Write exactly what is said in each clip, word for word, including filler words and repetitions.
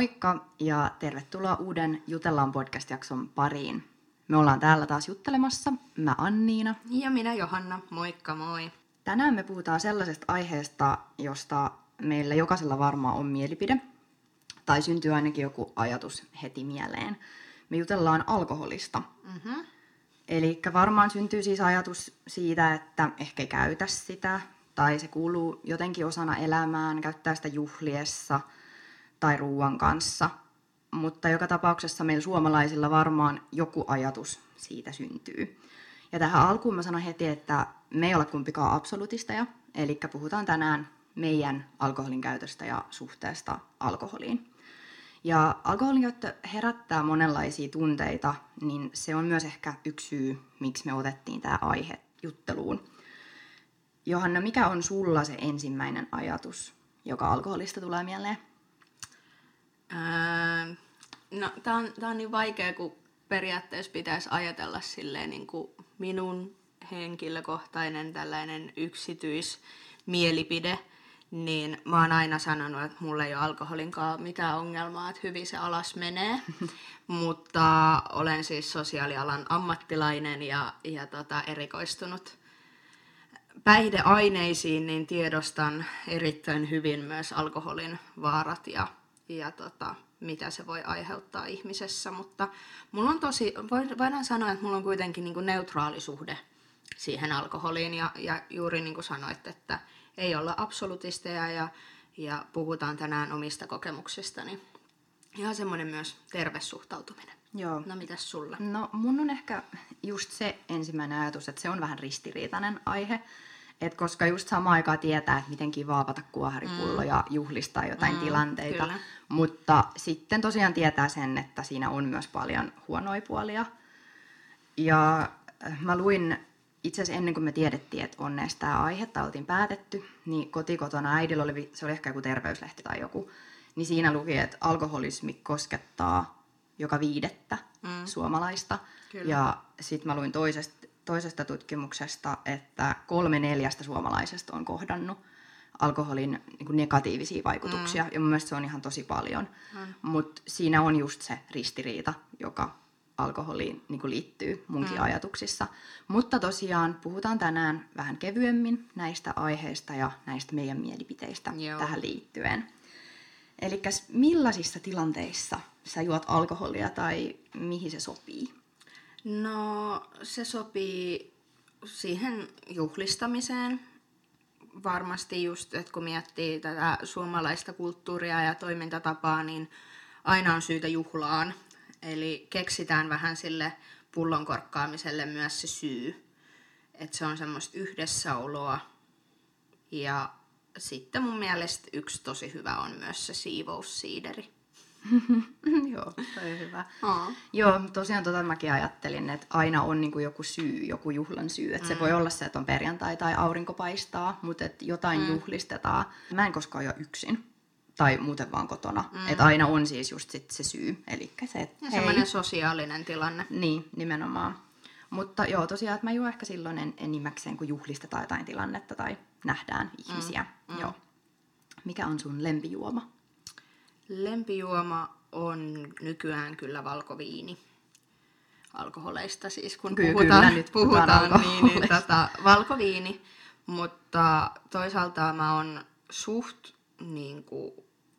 Moikka ja tervetuloa uuden Jutellaan podcast-jakson pariin. Me ollaan täällä taas juttelemassa. Mä Anniina. Ja minä Johanna. Moikka moi. Tänään me puhutaan sellaisesta aiheesta, josta meillä jokaisella varmaan on mielipide. Tai syntyy ainakin joku ajatus heti mieleen. Me jutellaan alkoholista. Mm-hmm. Eli varmaan syntyy siis ajatus siitä, että ehkä ei käytä sitä. Tai se kuuluu jotenkin osana elämään, käyttää sitä juhliessa tai ruuan kanssa. Mutta joka tapauksessa meillä suomalaisilla varmaan joku ajatus siitä syntyy. Ja tähän alkuun mä sanon heti, että me ei olla kumpikaan absolutisteja. Eli puhutaan tänään meidän alkoholin käytöstä ja suhteesta alkoholiin. Ja alkoholin käyttö herättää monenlaisia tunteita, niin se on myös ehkä yksi syy, miksi me otettiin tämä aihe jutteluun. Johanna, mikä on sulla se ensimmäinen ajatus, joka alkoholista tulee mieleen? Öö, no, tää on, tää on niin vaikea, kun periaatteessa pitäisi ajatella silleen niin kuin minun henkilökohtainen tällainen yksityismielipide, niin mä oon aina sanonut, että mulla ei ole alkoholinkaan mitään ongelmaa, että hyvin se alas menee. Mutta olen siis sosiaalialan ammattilainen ja, ja tota, erikoistunut päihdeaineisiin, niin tiedostan erittäin hyvin myös alkoholin vaarat ja, ja tota, mitä se voi aiheuttaa ihmisessä. Mutta mulla on tosi, voidaan sanoa, että mulla on kuitenkin niin kuin neutraali suhde siihen alkoholiin. Ja, ja juuri niin kuin sanoit, että ei olla absolutisteja ja, ja puhutaan tänään omista kokemuksista, niin ihan semmoinen myös terve suhtautuminen. Joo. No mitäs sulla? No mun on ehkä just se ensimmäinen ajatus, että se on vähän ristiriitainen aihe. Et koska just samaan aikaan tietää, että miten kiva avata kuoharipullo mm. ja juhlistaa jotain mm, tilanteita. Kyllä. Mutta sitten tosiaan tietää sen, että siinä on myös paljon huonoja puolia. Ja mä luin itse asiassa ennen kuin me tiedettiin, että on edes tämä aihe tai oltiin päätetty, niin kotikotona äidillä oli, se oli ehkä joku terveyslehti tai joku, niin siinä luki, että alkoholismi koskettaa joka viidettä mm. suomalaista. Kyllä. Ja sitten mä luin toisesta, toisesta tutkimuksesta, että kolme neljästä suomalaisesta on kohdannut alkoholin niin kuin negatiivisia vaikutuksia. Mm. Ja mun mielestä se on ihan tosi paljon. Mm. Mutta siinä on just se ristiriita, joka alkoholiin niin kuin liittyy munkin mm. ajatuksissa. Mutta tosiaan puhutaan tänään vähän kevyemmin näistä aiheista ja näistä meidän mielipiteistä Joo. tähän liittyen. Eli millaisissa tilanteissa sä juot alkoholia tai mihin se sopii? No se sopii siihen juhlistamiseen. Varmasti just, että kun miettii tätä suomalaista kulttuuria ja toimintatapaa, niin aina on syytä juhlaan. Eli keksitään vähän sille pullon korkkaamiselle myös se syy. Että se on semmoista yhdessäoloa. Ja sitten mun mielestä yksi tosi hyvä on myös se siivoussiideri. Joo, toi on hyvä. Aa. Joo, tosiaan tota mäkin ajattelin, että aina on niinku joku syy, joku juhlan syy. Että mm. se voi olla se, että on perjantai tai aurinko paistaa, mutta että jotain mm. juhlistetaan. Mä en koskaan ole yksin. Tai muuten vaan kotona. Mm. Että aina on siis just sit se syy. Elikkä se, että ja semmoinen sosiaalinen tilanne. Niin, nimenomaan. Mutta joo, tosiaan, että mä juon ehkä silloin en, enimmäkseen, kun juhlistetaan jotain tilannetta tai nähdään ihmisiä. Mm. Mm. Joo. Mikä on sun lempijuoma? Lempijuoma on nykyään kyllä valkoviini. Alkoholeista siis, kun Ky- puhutaan, kyllä, nyt puhutaan, puhutaan niin, niin tota, valkoviini. Mutta toisaalta mä oon suht niin kuin,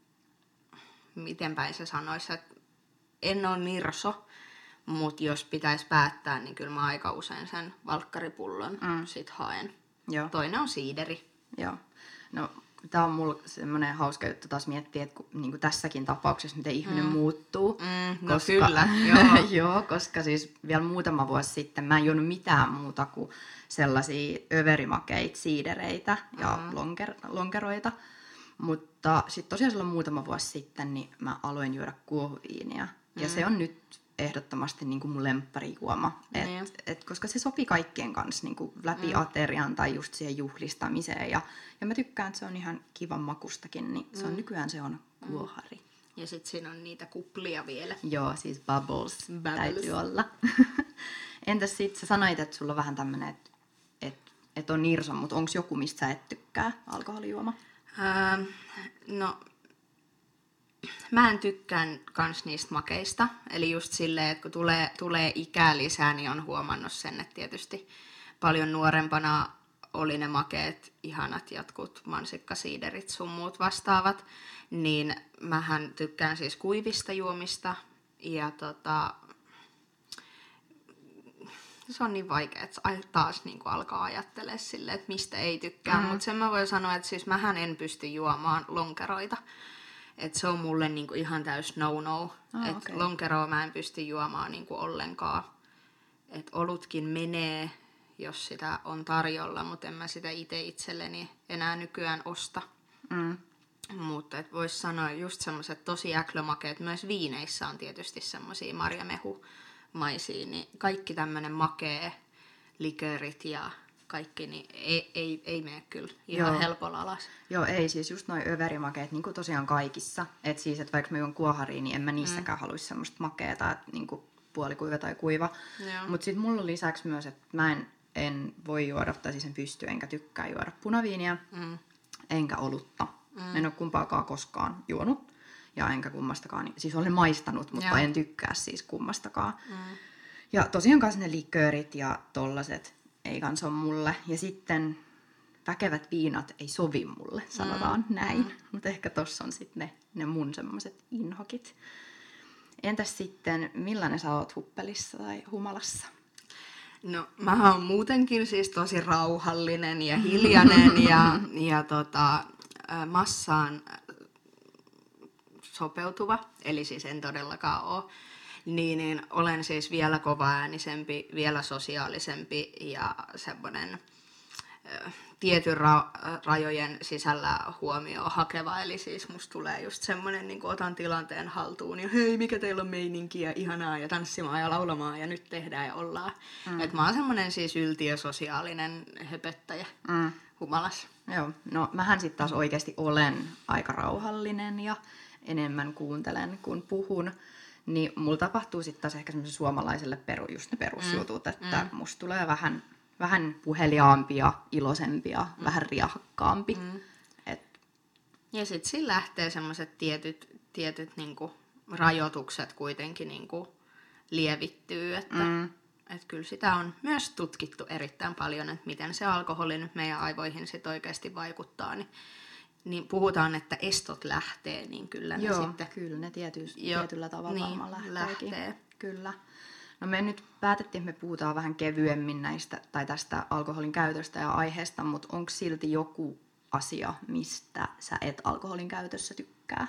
miten päin se sanoisi, että en ole nirso, mutta jos pitäisi päättää, niin kyllä mä aika usein sen valkkaripullon mm. sit haen. Joo. Toinen on siideri. Joo. No, tää on mulla semmoinen hauska juttu taas miettiä, että niin kuin tässäkin tapauksessa, miten ihminen mm. muuttuu. Mm, no koska, kyllä, joo. joo, koska siis vielä muutama vuosi sitten mä en juonut mitään muuta kuin sellaisia överimakeita, siidereitä ja mm. lonker, lonkeroita. Mutta sitten tosiaan silloin muutama vuosi sitten niin mä aloin juoda kuohuviinia. Mm. Ja se on nyt ehdottomasti niin kuin mun lempparijuoma. Et, mm. et, koska se sopii kaikkien kanssa niin kuin läpi mm. aterian tai just siihen juhlistamiseen. Ja, ja mä tykkään, että se on ihan kivan makustakin. Niin se on, mm. nykyään se on kuohari. Ja sitten siinä on niitä kuplia vielä. Joo, siis bubbles, bubbles. täytyy olla. Entäs sit sä sanoit, että sulla on vähän tämmönen, että et, et on nirso, mutta onko joku, mistä sä et tykkää alkoholijuoma? Ähm, no, mä en tykkään kans niistä makeista. Eli just silleen, että kun tulee, tulee ikää lisää, niin on huomannut sen, että tietysti paljon nuorempana oli ne makeet, ihanat jotkut mansikkasiiderit sun muut vastaavat. Niin mähän tykkään siis kuivista juomista. Ja tota, se on niin vaikea, että taas niin kuin alkaa ajattelemaan silleen, että mistä ei tykkää. Mm. Mutta sen mä voin sanoa, että siis mähän en pysty juomaan lonkeroita. Että se on mulle niin kuin ihan täys no-no. Oh, että okay. Lonkeroa mä en pysty juomaan niin kuin ollenkaan. Että olutkin menee, jos sitä on tarjolla, mutta en mä sitä itse itselleni enää nykyään osta. Mm. Mutta et vois sanoa just semmoiset tosi äklömakeet. Myös viineissä on tietysti semmoisia marjamehumaisia, niin kaikki tämmönen makee, likörit ja kaikki, niin ei, ei, ei mene kyllä ihan Joo. helpolla alas. Joo, ei siis just noi överimakeet, niin kuin tosiaan kaikissa. Että siis, että vaikka mä juon kuoharia, niin en mä niissäkään mm. haluaisi semmoista makeeta, että niin kuin puolikuiva tai kuiva. Mutta sitten mulla on lisäksi myös, että mä en, en voi juoda, tai siis en pysty, enkä tykkää juoda punaviiniä, mm. enkä olutta. Mm. En ole kumpaakaan koskaan juonut, ja enkä kummastakaan, siis olen maistanut, mutta Joo. en tykkää siis kummastakaan. Mm. Ja tosiaan kanssa ne liköörit ja tollaset ei kans ole mulle. Ja sitten väkevät viinat ei sovi mulle, sanotaan mm. näin. Mm. Mutta ehkä tossa on sitten ne, ne mun semmoset inhokit. Entäs sitten, millainen sä oot huppelissa tai humalassa? No, mä oon muutenkin siis tosi rauhallinen ja hiljainen ja, ja tota, massaan sopeutuva, eli siis en todellakaan ole. Niin, niin olen siis vielä kovaäänisempi, vielä sosiaalisempi ja semmoinen äh, tietyn ra- rajojen sisällä huomioon hakeva. Eli siis musta tulee just semmoinen, niin kuin otan tilanteen haltuun ja hei, mikä teillä on meininkiä, ihanaa ja tanssimaan ja laulamaan ja nyt tehdään ja ollaan. Mm. Et mä oon semmoinen siis yltiösosiaalinen höpöttäjä mm. humalassa. Joo, no mähän sitten taas oikeasti olen aika rauhallinen ja enemmän kuuntelen kuin puhun. Niin mulla tapahtuu sitten taas ehkä semmoisen suomalaiselle peru, just ne perusjutut, mm. että mm. musta tulee vähän, vähän puheliaampi ja iloisempi ja mm. vähän riahakkaampi. Mm. Et... Ja sitten siinä lähtee semmoiset tietyt, tietyt niinku rajoitukset kuitenkin niinku lievittyy, että mm. et kyllä sitä on myös tutkittu erittäin paljon, että miten se alkoholi nyt meidän aivoihin sit oikeasti vaikuttaa, niin niin puhutaan, että estot lähtee, niin kyllä ne Joo, sitten... kyllä ne tiety, jo, tietyllä tavalla niin, varmaan lähteekin. lähtee. Kyllä. No me nyt päätettiin, että me puhutaan vähän kevyemmin näistä, tai tästä alkoholin käytöstä ja aiheesta, mutta onko silti joku asia, mistä sä et alkoholin käytössä tykkää?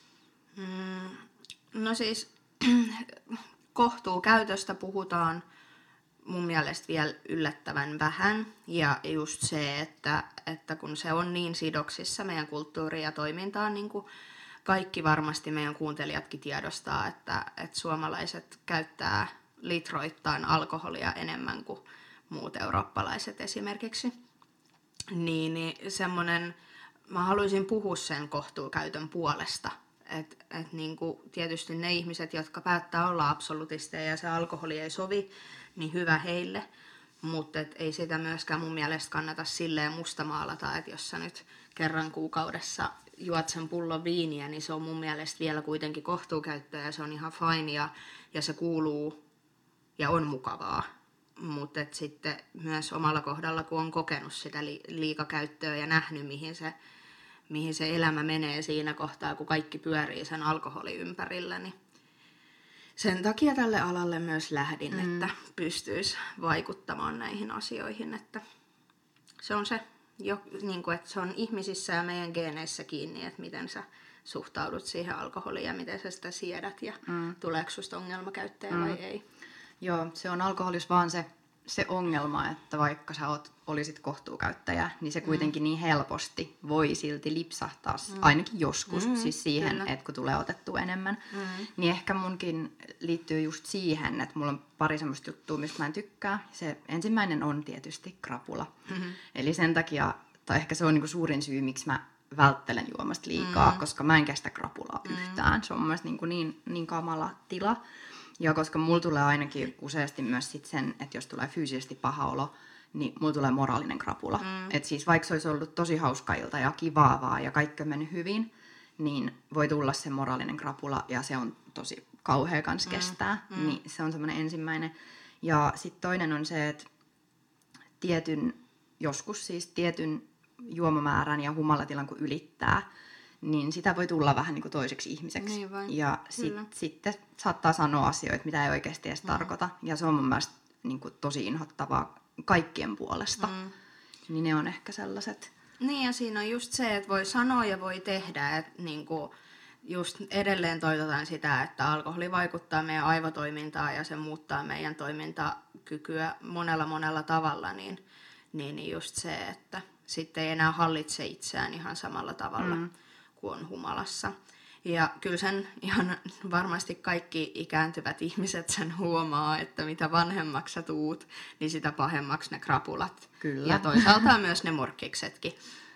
Mm, no siis kohtuukäytöstä puhutaan mun mielestä vielä yllättävän vähän. Ja just se, että, että kun se on niin sidoksissa meidän kulttuuriin ja toimintaan, niin kuin kaikki varmasti meidän kuuntelijatkin tiedostaa, että, että suomalaiset käyttää litroittain alkoholia enemmän kuin muut eurooppalaiset esimerkiksi. Niin, niin semmoinen, mä haluaisin puhua sen kohtuukäytön puolesta. Että et niin kuin tietysti ne ihmiset, jotka päättää olla absolutisteja ja se alkoholi ei sovi, niin hyvä heille, mutta ei sitä myöskään mun mielestä kannata silleen mustamaalata, että jos sä nyt kerran kuukaudessa juot sen pullon viiniä, niin se on mun mielestä vielä kuitenkin kohtuukäyttöä ja se on ihan fine ja, ja se kuuluu ja on mukavaa. Mutta sitten myös omalla kohdalla, kun on kokenut sitä li- liikakäyttöä ja nähnyt, mihin se, mihin se elämä menee siinä kohtaa, kun kaikki pyörii sen alkoholin ympärillä, niin sen takia tälle alalle myös lähdin, mm. että pystyisi vaikuttamaan näihin asioihin, että se on se, jo, niin kuin, että se on ihmisissä ja meidän geeneissä kiinni, että miten sä suhtaudut siihen alkoholiin ja miten sä sitä siedät ja mm. tuleeko susta ongelmakäyttäjä mm. vai ei. Joo, se on alkoholissa vaan se, se ongelma, että vaikka sä oot, olisit kohtuukäyttäjä, niin se kuitenkin mm. niin helposti voi silti lipsahtaa, mm. ainakin joskus, mm. siis siihen, Kyllä. että kun tulee otettua enemmän. Mm. Niin ehkä munkin liittyy just siihen, että mulla on pari semmoista juttua, mistä mä en tykkää. Se ensimmäinen on tietysti krapula. Mm-hmm. Eli sen takia, tai ehkä se on niinku suurin syy, miksi mä välttelen juomasta liikaa, mm. koska mä en kestä krapulaa mm. yhtään. Se on mun mielestä niin, niin, niin kamala tila. Ja koska mulla tulee ainakin useasti myös sit sen, että jos tulee fyysisesti paha olo, niin mulla tulee moraalinen krapula. Mm. Että siis vaikka se olisi ollut tosi hauska ilta ja kivaa vaan ja kaikki on mennyt hyvin, niin voi tulla se moraalinen krapula ja se on tosi kauhea kans Mm, kestää. mm. Niin se on semmoinen ensimmäinen. Ja sitten toinen on se, että tietyn, joskus siis tietyn juomamäärän ja humalatilan kun ylittää, niin sitä voi tulla vähän niin kuin toiseksi ihmiseksi. Niin vain, ja sit, sitten saattaa sanoa asioita, mitä ei oikeasti edes mm. tarkoita. Ja se on mun mielestä niin kuin tosi inhottavaa kaikkien puolesta. Mm. Niin ne on ehkä sellaiset. Niin ja siinä on just se, että voi sanoa ja voi tehdä, että niinku just edelleen toitotaan sitä, että alkoholi vaikuttaa meidän aivotoimintaan ja se muuttaa meidän toimintakykyä monella monella tavalla, niin, niin just se, että sitten ei enää hallitse itseään ihan samalla tavalla mm. kuin on humalassa. Ja kyllä sen ihan varmasti kaikki ikääntyvät ihmiset sen huomaa, että mitä vanhemmaksi sä tuut, niin sitä pahemmaksi ne krapulat. Kyllä. Ja toisaalta myös ne morkkiksetkin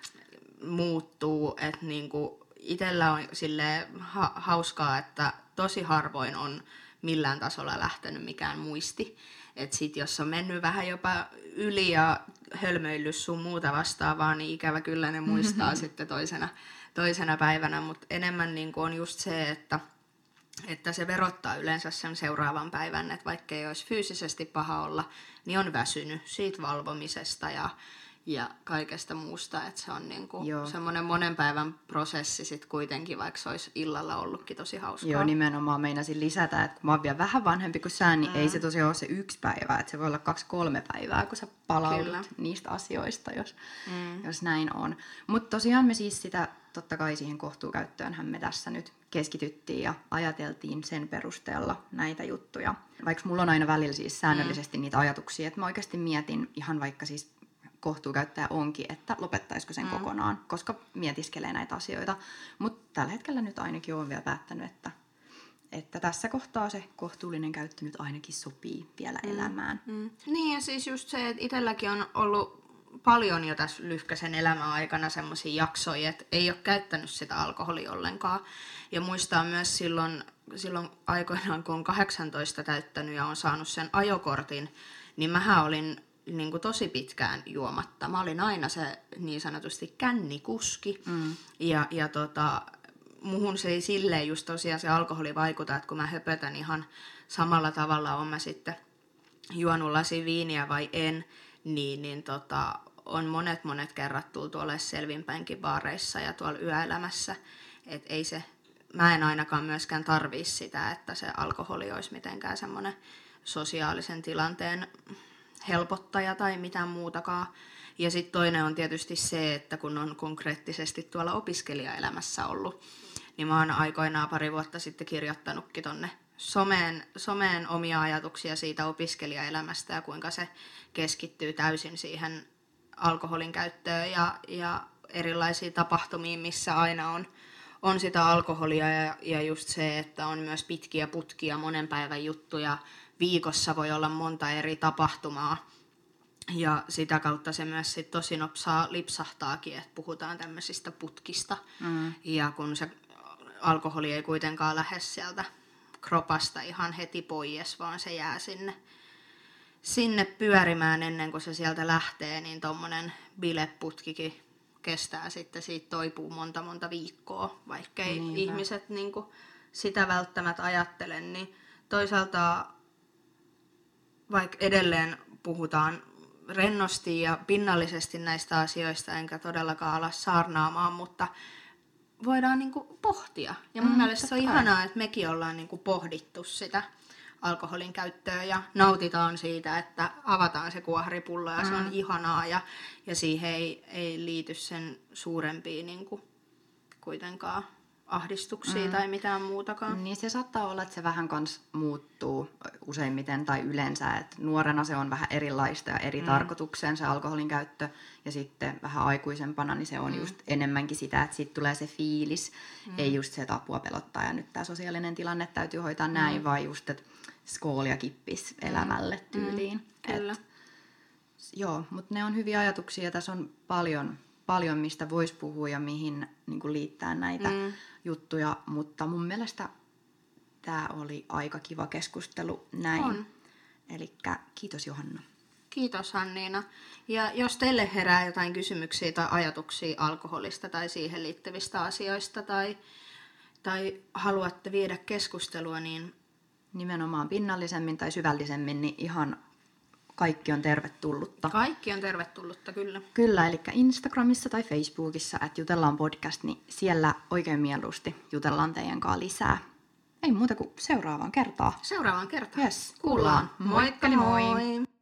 muuttuu, että niinku itsellä on sille ha- hauskaa, että tosi harvoin on millään tasolla lähtenyt mikään muisti. Että sit jos on mennyt vähän jopa yli ja hölmöillyt sun muuta vastaavaa, niin ikävä kyllä ne muistaa mm-hmm. sitten toisena, toisena päivänä. Mutta enemmän niinku on just se, että, että se verottaa yleensä sen seuraavan päivän, että vaikka ei olisi fyysisesti paha olla, niin on väsynyt siitä valvomisesta ja ja kaikesta muusta, että se on niinku semmoinen monen päivän prosessi sit kuitenkin, vaikka se olisi illalla ollutkin tosi hauskaa. Joo, nimenomaan meinasin lisätä, että kun mä oon vielä vähän vanhempi kuin sä, niin mm. ei se tosiaan ole se yksi päivä, että se voi olla kaksi kolme päivää, kun sä palaudut Kyllä. niistä asioista, jos, mm. jos näin on. Mutta tosiaan me siis sitä, totta kai siihen kohtuukäyttöönhän me tässä nyt keskityttiin ja ajateltiin sen perusteella näitä juttuja. Vaikka mulla on aina välillä siis säännöllisesti mm. niitä ajatuksia, että mä oikeasti mietin ihan vaikka siis kohtuukäyttäjä onkin, että lopettaisiko sen mm. kokonaan, koska mietiskelee näitä asioita. Mutta tällä hetkellä nyt ainakin olen vielä päättänyt, että, että tässä kohtaa se kohtuullinen käyttö nyt ainakin sopii vielä mm. elämään. Mm. Niin ja siis just se, että itselläkin on ollut paljon jo tässä lyhkäisen elämän aikana semmoisia jaksoja, että ei ole käyttänyt sitä alkoholia ollenkaan. Ja muistaa myös silloin, silloin aikoinaan, kun on kahdeksantoista täyttänyt ja on saanut sen ajokortin, niin mähän olin niin kuin tosi pitkään juomatta. Mä olin aina se niin sanotusti kännikuski. Mm. Ja, ja tota, muhun se ei silleen just tosiaan se alkoholi vaikuta, että kun mä höpötän ihan samalla tavalla, on mä sitten juonut lasin viiniä vai en, niin, niin tota, on monet monet kerrat tullut tuolla selvinpäinkin baareissa ja tuolla yöelämässä. Et ei se, mä en ainakaan myöskään tarvii sitä, että se alkoholi olisi mitenkään semmoinen sosiaalisen tilanteen helpottaja tai mitään muutakaan. Ja sitten toinen on tietysti se, että kun on konkreettisesti tuolla opiskelijaelämässä ollut, niin mä oon aikoinaan pari vuotta sitten kirjoittanutkin tonne someen, someen omia ajatuksia siitä opiskelijaelämästä ja kuinka se keskittyy täysin siihen alkoholin käyttöön ja, ja erilaisiin tapahtumiin, missä aina on, on sitä alkoholia ja, ja just se, että on myös pitkiä putkia, monen päivän juttuja. Viikossa voi olla monta eri tapahtumaa ja sitä kautta se myös sit tosi nopsaa lipsahtaakin, että puhutaan tämmöisistä putkista. Mm. Ja kun se alkoholi ei kuitenkaan lähde sieltä kropasta ihan heti pois, vaan se jää sinne, sinne pyörimään ennen kuin se sieltä lähtee, niin tommonen bileputkikin kestää sitten, siitä toipuu monta monta viikkoa, vaikkei Niinpä. ihmiset niinku sitä välttämättä ajattele, niin toisaalta vaikka edelleen puhutaan rennosti ja pinnallisesti näistä asioista, enkä todellakaan ala saarnaamaan, mutta voidaan niinku pohtia. Ja mun mm, mielestä se on ihanaa, että mekin ollaan niinku pohdittu sitä alkoholin käyttöä ja nautitaan siitä, että avataan se kuoharipullo ja mm. se on ihanaa ja, ja siihen ei, ei liity sen suurempia niinku kuitenkaan ahdistuksia mm. tai mitään muutakaan. Niin se saattaa olla, että se vähän kans muuttuu useimmiten tai yleensä, että nuorena se on vähän erilaista ja eri mm. tarkoitukseen se alkoholin käyttö ja sitten vähän aikuisempana niin se on mm. just enemmänkin sitä, että siitä tulee se fiilis, mm. ei just se, että apua pelottaa ja nyt tämä sosiaalinen tilanne täytyy hoitaa mm. näin, vaan just, että skool ja kippis elämälle mm. tyyliin. Mm. Kyllä. Et, joo, mutta ne on hyviä ajatuksia ja tässä on paljon, paljon mistä voisi puhua ja mihin niin kuin liittää näitä mm. juttuja, mutta mun mielestä tämä oli aika kiva keskustelu näin. On. Elikkä kiitos Johanna. Kiitos Anniina. Ja jos teille herää jotain kysymyksiä tai ajatuksia alkoholista tai siihen liittyvistä asioista tai, tai haluatte viedä keskustelua, niin nimenomaan pinnallisemmin tai syvällisemmin, niin ihan kaikki on tervetullutta. Kaikki on tervetullutta, kyllä. Kyllä, eli Instagramissa tai Facebookissa, että jutellaan podcast, niin siellä oikein mieluusti jutellaan teidän kanssa lisää. Ei muuta kuin seuraavaan kertaan. Seuraavaan kertaan. Yes, kuullaan. Moikka moi! moi.